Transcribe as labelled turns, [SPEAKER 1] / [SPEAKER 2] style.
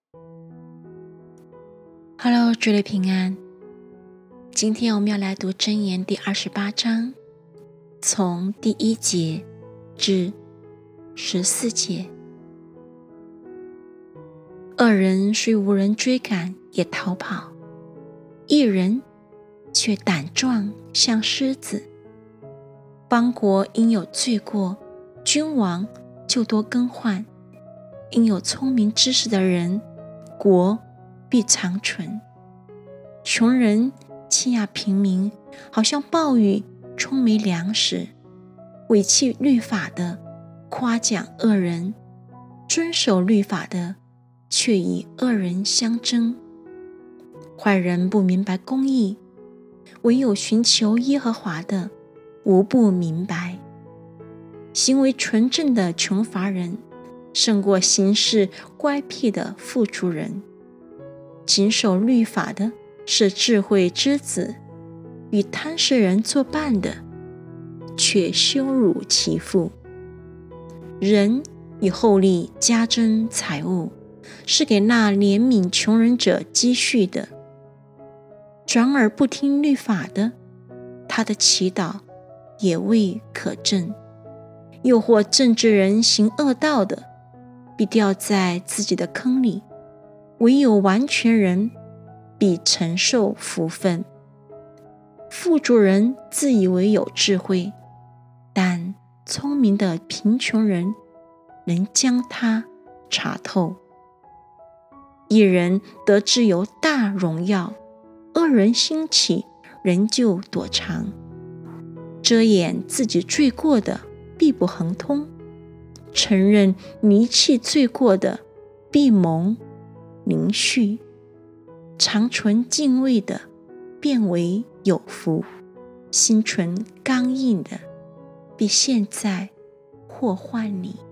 [SPEAKER 1] Hello， 主内平安。今天我们要来读箴言第28章，从第1节至14节。恶人虽无人追赶也逃跑，义人却胆壮像狮子。邦国因有罪过，君王就多更换；因有聪明知识的人，国必长存。穷人欺压平民，好像暴雨冲没粮食。违弃律法的夸奖恶人，遵守律法的却与恶人相争。坏人不明白公义，唯有寻求耶和华的，无不明白。行为纯正的穷乏人，胜过行事乖僻的富足人。谨守律法的是智慧之子，与贪食人作伴的，却羞辱其父。人以厚利加增财物，是给那怜悯穷人者积蓄的。转而不听律法的，他的祈祷也未可证。诱惑正直人行恶道的，必掉在自己的坑里。唯有完全人必承受福分。富足人自以为有智慧，但聪明的贫穷人能将它查透。义人得自由大荣耀，恶人兴起仍旧躲藏。遮掩自己罪过的必不亨通，承认离弃罪过的必蒙灵恤。常存敬畏的便为有福，心存刚硬的必陷在祸患里。